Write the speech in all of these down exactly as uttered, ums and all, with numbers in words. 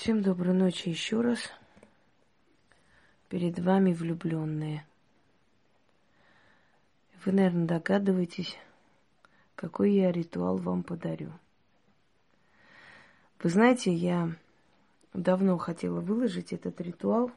Всем доброй ночи еще раз. Перед вами влюбленные. Вы, наверное, догадываетесь, какой я ритуал вам подарю. Вы знаете, я давно хотела выложить этот ритуал,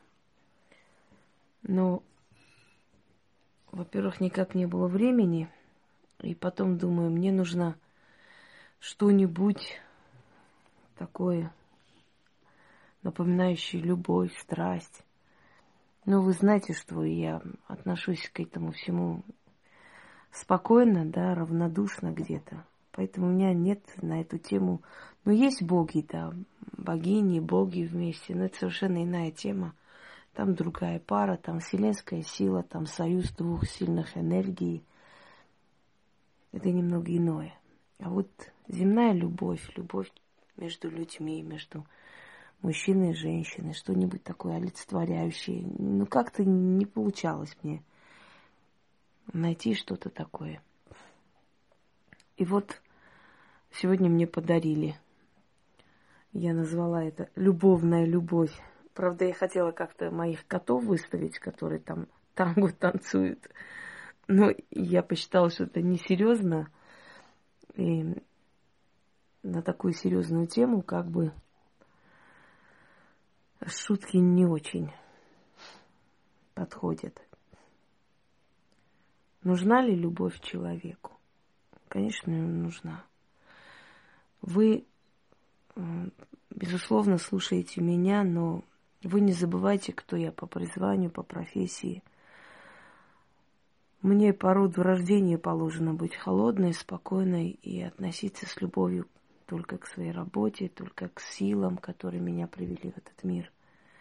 но, во-первых, никак не было времени, и потом думаю, мне нужно что-нибудь такое, напоминающее любовь, страсть. Но вы знаете, что я отношусь к этому всему спокойно, да, равнодушно где-то. Поэтому у меня нет на эту тему... Ну, есть боги, да, богини, боги вместе, но это совершенно иная тема. Там другая пара, там вселенская сила, там союз двух сильных энергий. Это немного иное. А вот земная любовь, любовь между людьми, между мужчиной и женщиной, что-нибудь такое олицетворяющее. Ну, как-то не получалось мне найти что-то такое. И вот сегодня мне подарили. Я назвала это «Любовная любовь». Правда, я хотела как-то моих котов выставить, которые там танго танцуют. Но я посчитала, что это несерьезно. И на такую серьезную тему как бы шутки не очень подходят. Нужна ли любовь человеку? Конечно, нужна. Вы, безусловно, слушаете меня, но вы не забывайте, кто я по призванию, по профессии. Мне по роду рождения положено быть холодной, спокойной и относиться с любовью только к своей работе, только к силам, которые меня привели в этот мир.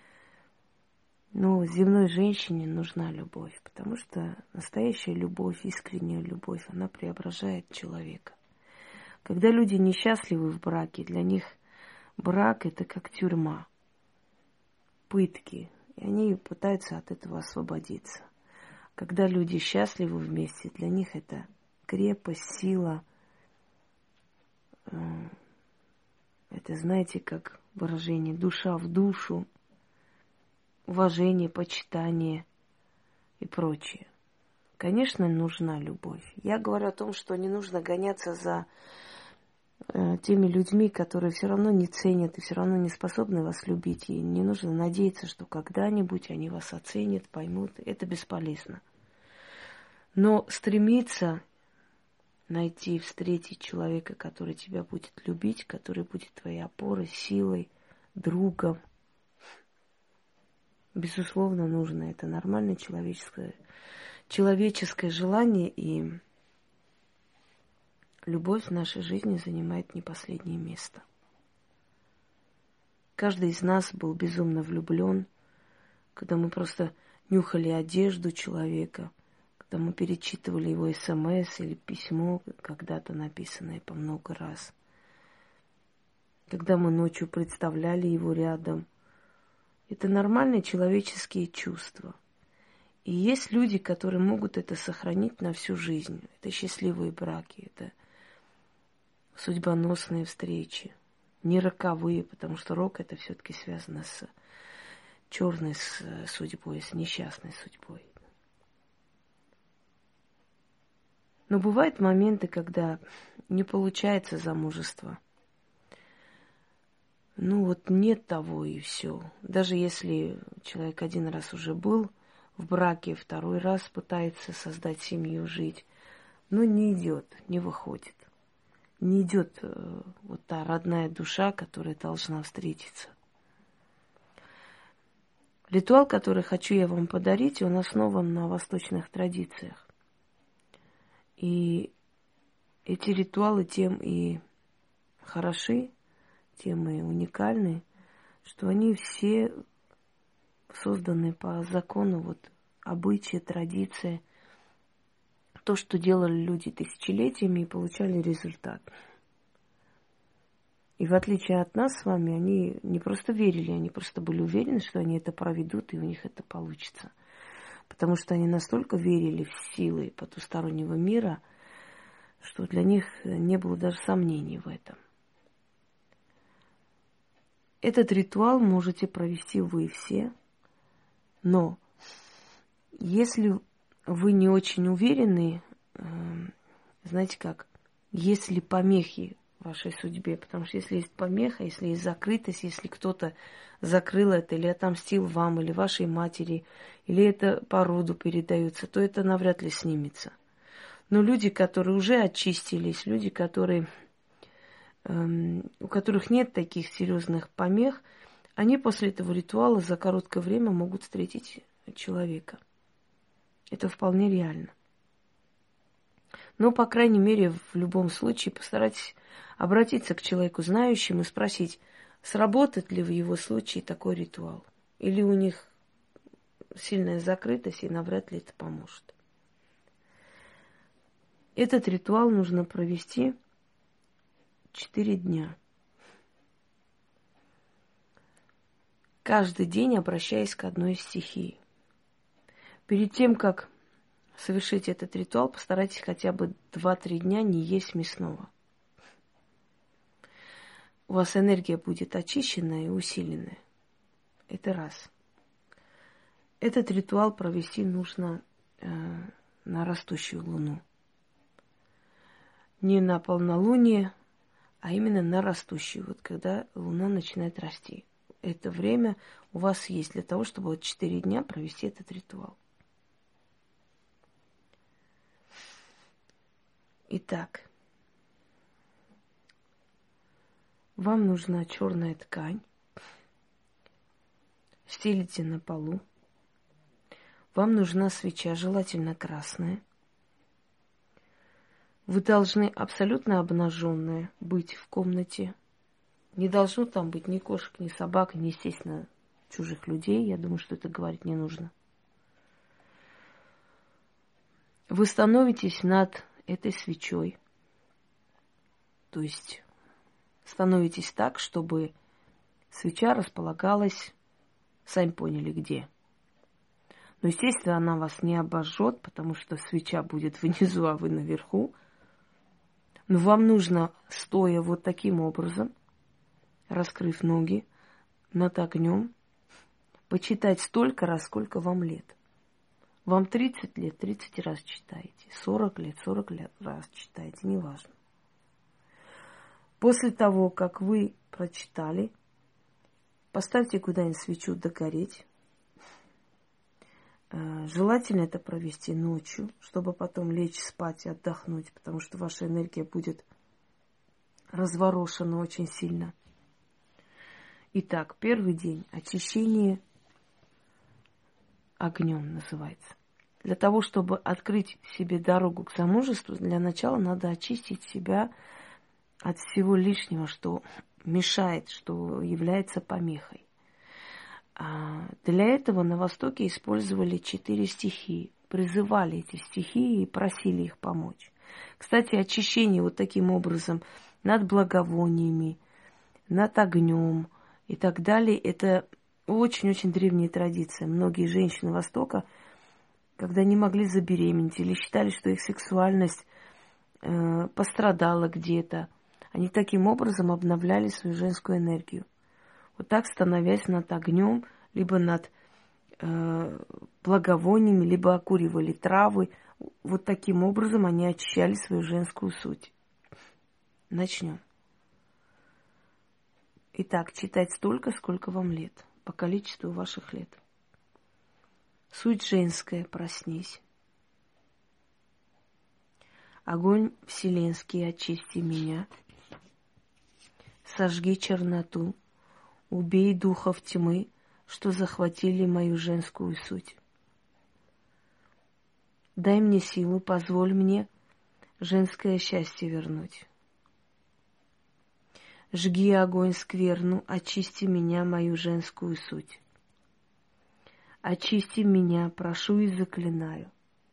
Но земной женщине нужна любовь, потому что настоящая любовь, искренняя любовь, она преображает человека. Когда люди несчастливы в браке, для них брак – это как тюрьма, пытки, и они пытаются от этого освободиться. Когда люди счастливы вместе, для них это крепость, сила. Это, знаете, как выражение «душа в душу», уважение, почитание и прочее. Конечно, нужна любовь. Я говорю о том, что не нужно гоняться за э, теми людьми, которые все равно не ценят и все равно не способны вас любить. И не нужно надеяться, что когда-нибудь они вас оценят, поймут. Это бесполезно. Но стремиться найти, встретить человека, который тебя будет любить, который будет твоей опорой, силой, другом, безусловно, нужно. Это нормальное человеческое, человеческое желание, и любовь в нашей жизни занимает не последнее место. Каждый из нас был безумно влюблен, когда мы просто нюхали одежду человека, когда мы перечитывали его смс или письмо, когда-то написанное по много раз, когда мы ночью представляли его рядом. Это нормальные человеческие чувства. И есть люди, которые могут это сохранить на всю жизнь. Это счастливые браки, это судьбоносные встречи. Не роковые, потому что рок это все-таки связано с черной судьбой, с несчастной судьбой. Но бывают моменты, когда не получается замужество. Ну вот нет того и все. Даже если человек один раз уже был в браке, второй раз пытается создать семью, жить, но не идет, не выходит. Не идет э, вот та родная душа, которая должна встретиться. Ритуал, который хочу я вам подарить, он основан на восточных традициях. И эти ритуалы тем и хороши, тем и уникальны, что они все созданы по закону вот обычаи, традиции, то, что делали люди тысячелетиями и получали результат. И в отличие от нас с вами, они не просто верили, они просто были уверены, что они это проведут, и у них это получится. Потому что они настолько верили в силы потустороннего мира, что для них не было даже сомнений в этом. Этот ритуал можете провести вы все, но если вы не очень уверены, знаете как, если помехи в вашей судьбе, потому что если есть помеха, если есть закрытость, если кто-то закрыл это или отомстил вам, или вашей матери, или это по роду передается, то это навряд ли снимется. Но люди, которые уже очистились, люди, которые, эм, у которых нет таких серьезных помех, они после этого ритуала за короткое время могут встретить человека. Это вполне реально. Но, по крайней мере, в любом случае постарайтесь обратиться к человеку знающему и спросить, сработает ли в его случае такой ритуал. Или у них сильная закрытость, и навряд ли это поможет. Этот ритуал нужно провести четыре дня. Каждый день обращаясь к одной из стихий. Перед тем, как совершить этот ритуал, постарайтесь хотя бы два-три дня не есть мясного. У вас энергия будет очищенная и усиленная. Это раз. Этот ритуал провести нужно э, на растущую луну. Не на полнолуние, а именно на растущую, вот когда луна начинает расти. Это время у вас есть для того, чтобы вот четыре дня провести этот ритуал. Итак, вам нужна черная ткань. Стелите на полу. Вам нужна свеча, желательно красная. Вы должны абсолютно обнаженные быть в комнате. Не должно там быть ни кошек, ни собак, ни, естественно, чужих людей. Я думаю, что это говорить не нужно. Вы становитесь над этой свечой. То есть становитесь так, чтобы свеча располагалась, сами поняли, где. Но, естественно, она вас не обожжет, потому что свеча будет внизу, а вы наверху. Но вам нужно, стоя вот таким образом, раскрыв ноги над огнем, почитать столько раз, сколько вам лет. Вам тридцать лет, тридцать раз читаете. сорок лет, сорок лет раз читаете, неважно. После того, как вы прочитали, поставьте куда-нибудь свечу догореть. Желательно это провести ночью, чтобы потом лечь спать и отдохнуть, потому что ваша энергия будет разворошена очень сильно. Итак, первый день – очищение огнем называется. Для того, чтобы открыть себе дорогу к замужеству, для начала надо очистить себя от всего лишнего, что мешает, что является помехой. А для этого на Востоке использовали четыре стихии, призывали эти стихии и просили их помочь. Кстати, очищение вот таким образом над благовониями, над огнем и так далее, это очень-очень древняя традиция. Многие женщины Востока, когда не могли забеременеть или считали, что их сексуальность э, пострадала где-то, они таким образом обновляли свою женскую энергию. Вот так, становясь над огнем, либо над э, благовониями, либо окуривали травы. Вот таким образом они очищали свою женскую суть. Начнем. Итак, читать столько, сколько вам лет, по количеству ваших лет. Суть женская, проснись. Огонь вселенский, очисти меня. Сожги черноту, убей духов тьмы, что захватили мою женскую суть. Дай мне силу, позволь мне женское счастье вернуть. Жги огонь скверну, очисти меня, мою женскую суть. Очисти меня, прошу и заклинаю.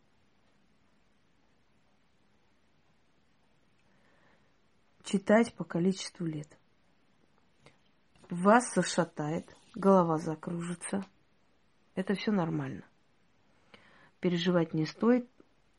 Читать по количеству лет. Вас зашатает, голова закружится. Это все нормально. Переживать не стоит.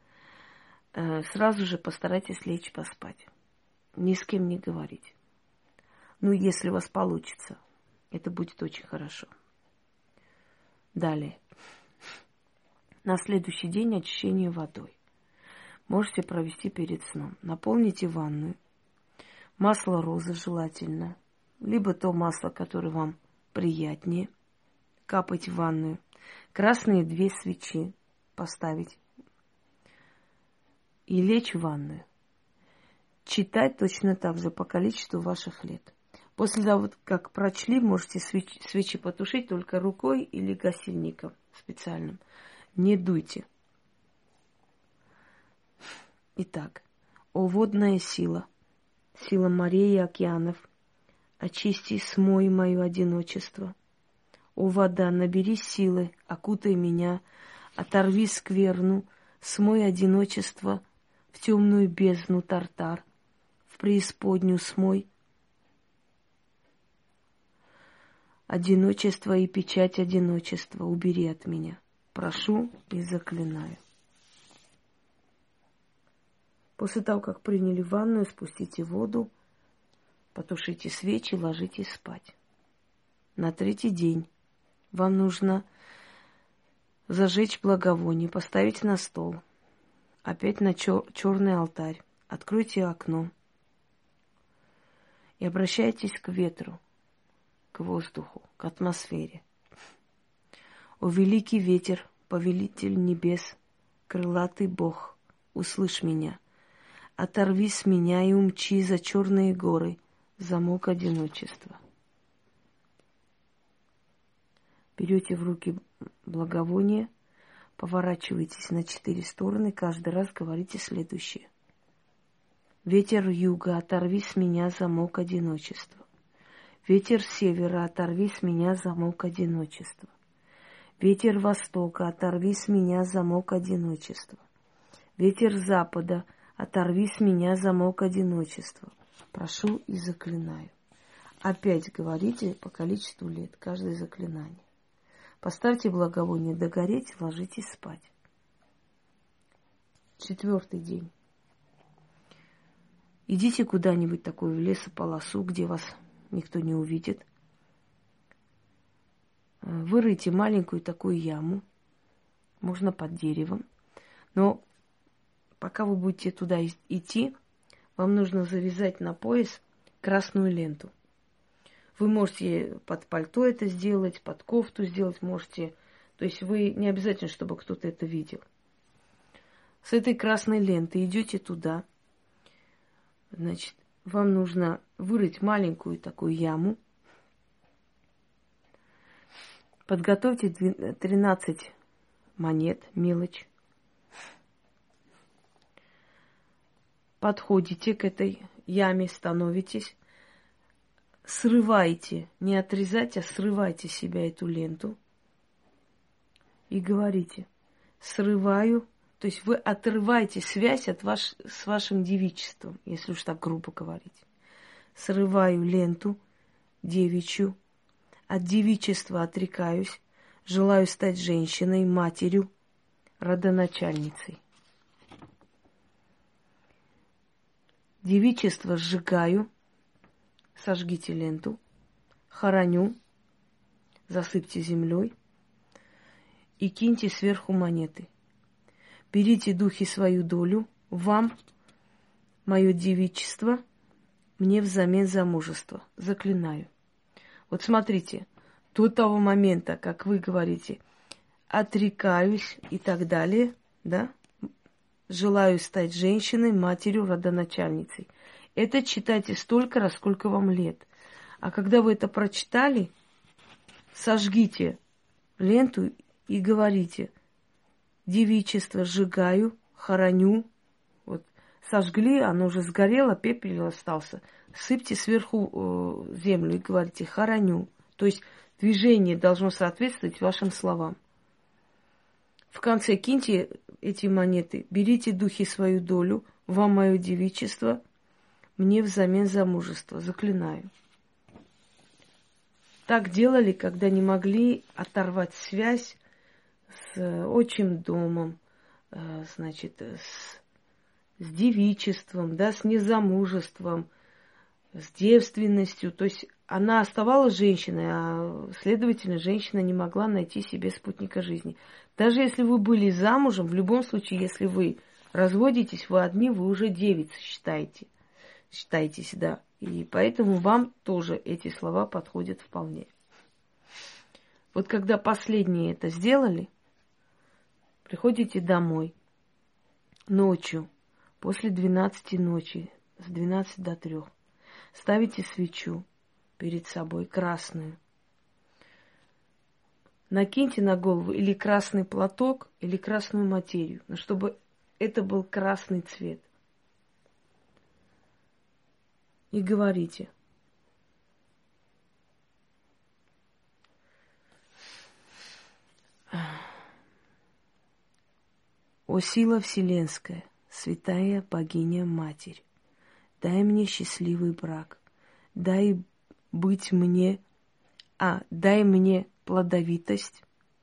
Сразу же постарайтесь лечь поспать. Ни с кем не говорить. Ну, если у вас получится. Это будет очень хорошо. Далее. На следующий день очищение водой. Можете провести перед сном. Наполните ванную. Масло розы желательно. Либо то масло, которое вам приятнее. Капать в ванную. Красные две свечи поставить. И лечь в ванную. Читать точно так же по количеству ваших лет. После того, как прочли, можете свечи, свечи потушить только рукой или гасильником специальным. Не дуйте. Итак, о водная сила, сила морей и океанов, очисти, смой мое одиночество. О вода, набери силы, окутай меня, оторви скверну, смой одиночество в темную бездну тартар, в преисподнюю смой одиночество и печать одиночества убери от меня. Прошу и заклинаю. После того, как приняли ванную, спустите воду, потушите свечи, ложитесь спать. На третий день вам нужно зажечь благовоние, поставить на стол, опять на чер- черный алтарь. Откройте окно и обращайтесь к ветру, к воздуху, к атмосфере. О великий ветер, повелитель небес, крылатый Бог, услышь меня. Оторви с меня и умчи за черные горы, замок одиночества. Берете в руки благовоние, поворачиваетесь на четыре стороны, каждый раз говорите следующее. Ветер юга, оторви с меня замок одиночества. Ветер севера, оторви с меня замок одиночества. Ветер востока, оторви с меня замок одиночества. Ветер запада, оторви с меня замок одиночества. Прошу и заклинаю. Опять говорите по количеству лет каждое заклинание. Поставьте благовоние догореть, ложитесь спать. Четвертый день. Идите куда-нибудь такую в лесополосу, где вас никто не увидит. Вырыйте маленькую такую яму, можно под деревом. Но пока вы будете туда идти, вам нужно завязать на пояс красную ленту. Вы можете под пальто это сделать, под кофту сделать можете. То есть вы не обязательно, чтобы кто-то это видел. С этой красной лентой идете туда. Значит, вам нужно вырыть маленькую такую яму. Подготовьте тринадцать монет, мелочь. Подходите к этой яме, становитесь. Срывайте, не отрезайте, а срывайте с себя эту ленту. И говорите, срываю. То есть вы отрываете связь от ваш, с вашим девичеством, если уж так грубо говорить. Срываю ленту девичью. От девичества отрекаюсь. Желаю стать женщиной, матерью, родоначальницей. Девичество сжигаю. Сожгите ленту, хороню, засыпьте землей и киньте сверху монеты. Берите, духи, свою долю, вам, мое девичество, мне взамен замужество. Заклинаю. Вот смотрите, до того момента, как вы говорите, отрекаюсь и так далее, да, желаю стать женщиной, матерью, родоначальницей. Это читайте столько раз, сколько вам лет. А когда вы это прочитали, сожгите ленту и говорите, девичество сжигаю, хороню. Вот сожгли, оно уже сгорело, пепел остался. Сыпьте сверху э, землю и говорите, хороню. То есть движение должно соответствовать вашим словам. В конце киньте эти монеты, берите, духи, свою долю, вам мое девичество, мне взамен замужества, заклинаю. Так делали, когда не могли оторвать связь с отчим домом, значит, с, с девичеством, да, с незамужеством, с девственностью. То есть она оставалась женщиной, а, следовательно, женщина не могла найти себе спутника жизни. Даже если вы были замужем, в любом случае, если вы разводитесь, вы одни, вы уже девицы считаете. Считаетесь, да. И поэтому вам тоже эти слова подходят вполне. Вот когда последние это сделали, приходите домой ночью, после двенадцати ночи, с двенадцати до трёх. Ставите свечу перед собой, красную. Накиньте на голову или красный платок, или красную материю, но чтобы это был красный цвет. И говорите: «О сила вселенская, святая богиня-матерь, дай мне счастливый брак, дай быть мне, а, дай мне плодовитость,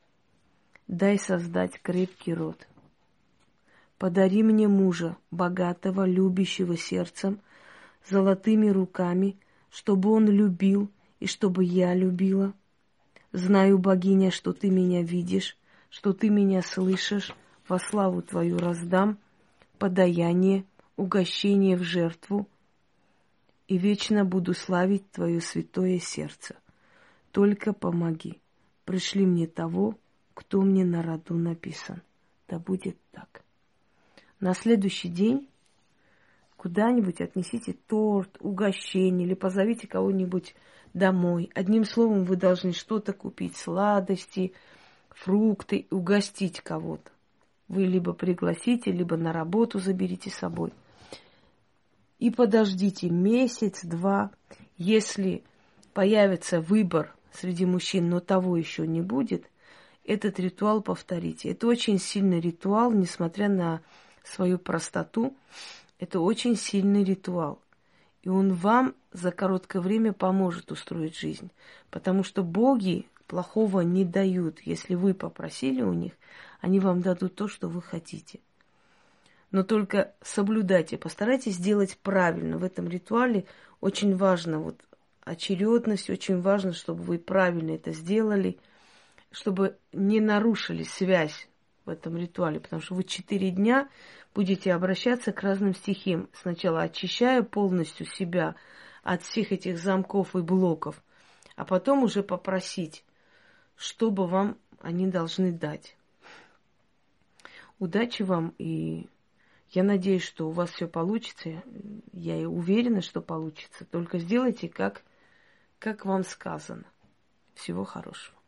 дай создать крепкий род. Подари мне мужа, богатого, любящего сердцем, золотыми руками, чтобы он любил и чтобы я любила. Знаю, богиня, что ты меня видишь, что ты меня слышишь, во славу твою раздам подаяние, угощение в жертву, и вечно буду славить твое святое сердце. Только помоги, пришли мне того, кто мне на роду написан. Да будет так». На следующий день куда-нибудь отнесите торт, угощение или позовите кого-нибудь домой. Одним словом, вы должны что-то купить, сладости, фрукты, угостить кого-то. Вы либо пригласите, либо на работу заберите с собой. И подождите месяц-два. Если появится выбор среди мужчин, но того еще не будет, этот ритуал повторите. Это очень сильный ритуал, несмотря на свою простоту. Это очень сильный ритуал. И он вам за короткое время поможет устроить жизнь. Потому что боги плохого не дают. Если вы попросили у них, они вам дадут то, что вы хотите. Но только соблюдайте, постарайтесь сделать правильно. В этом ритуале очень важно вот очередность, очень важно, чтобы вы правильно это сделали, чтобы не нарушили связь в этом ритуале, потому что вы четыре дня будете обращаться к разным стихиям, сначала очищая полностью себя от всех этих замков и блоков, а потом уже попросить, чтобы вам они должны дать. Удачи вам, и я надеюсь, что у вас все получится. Я и уверена, что получится. Только сделайте, как, как вам сказано. Всего хорошего.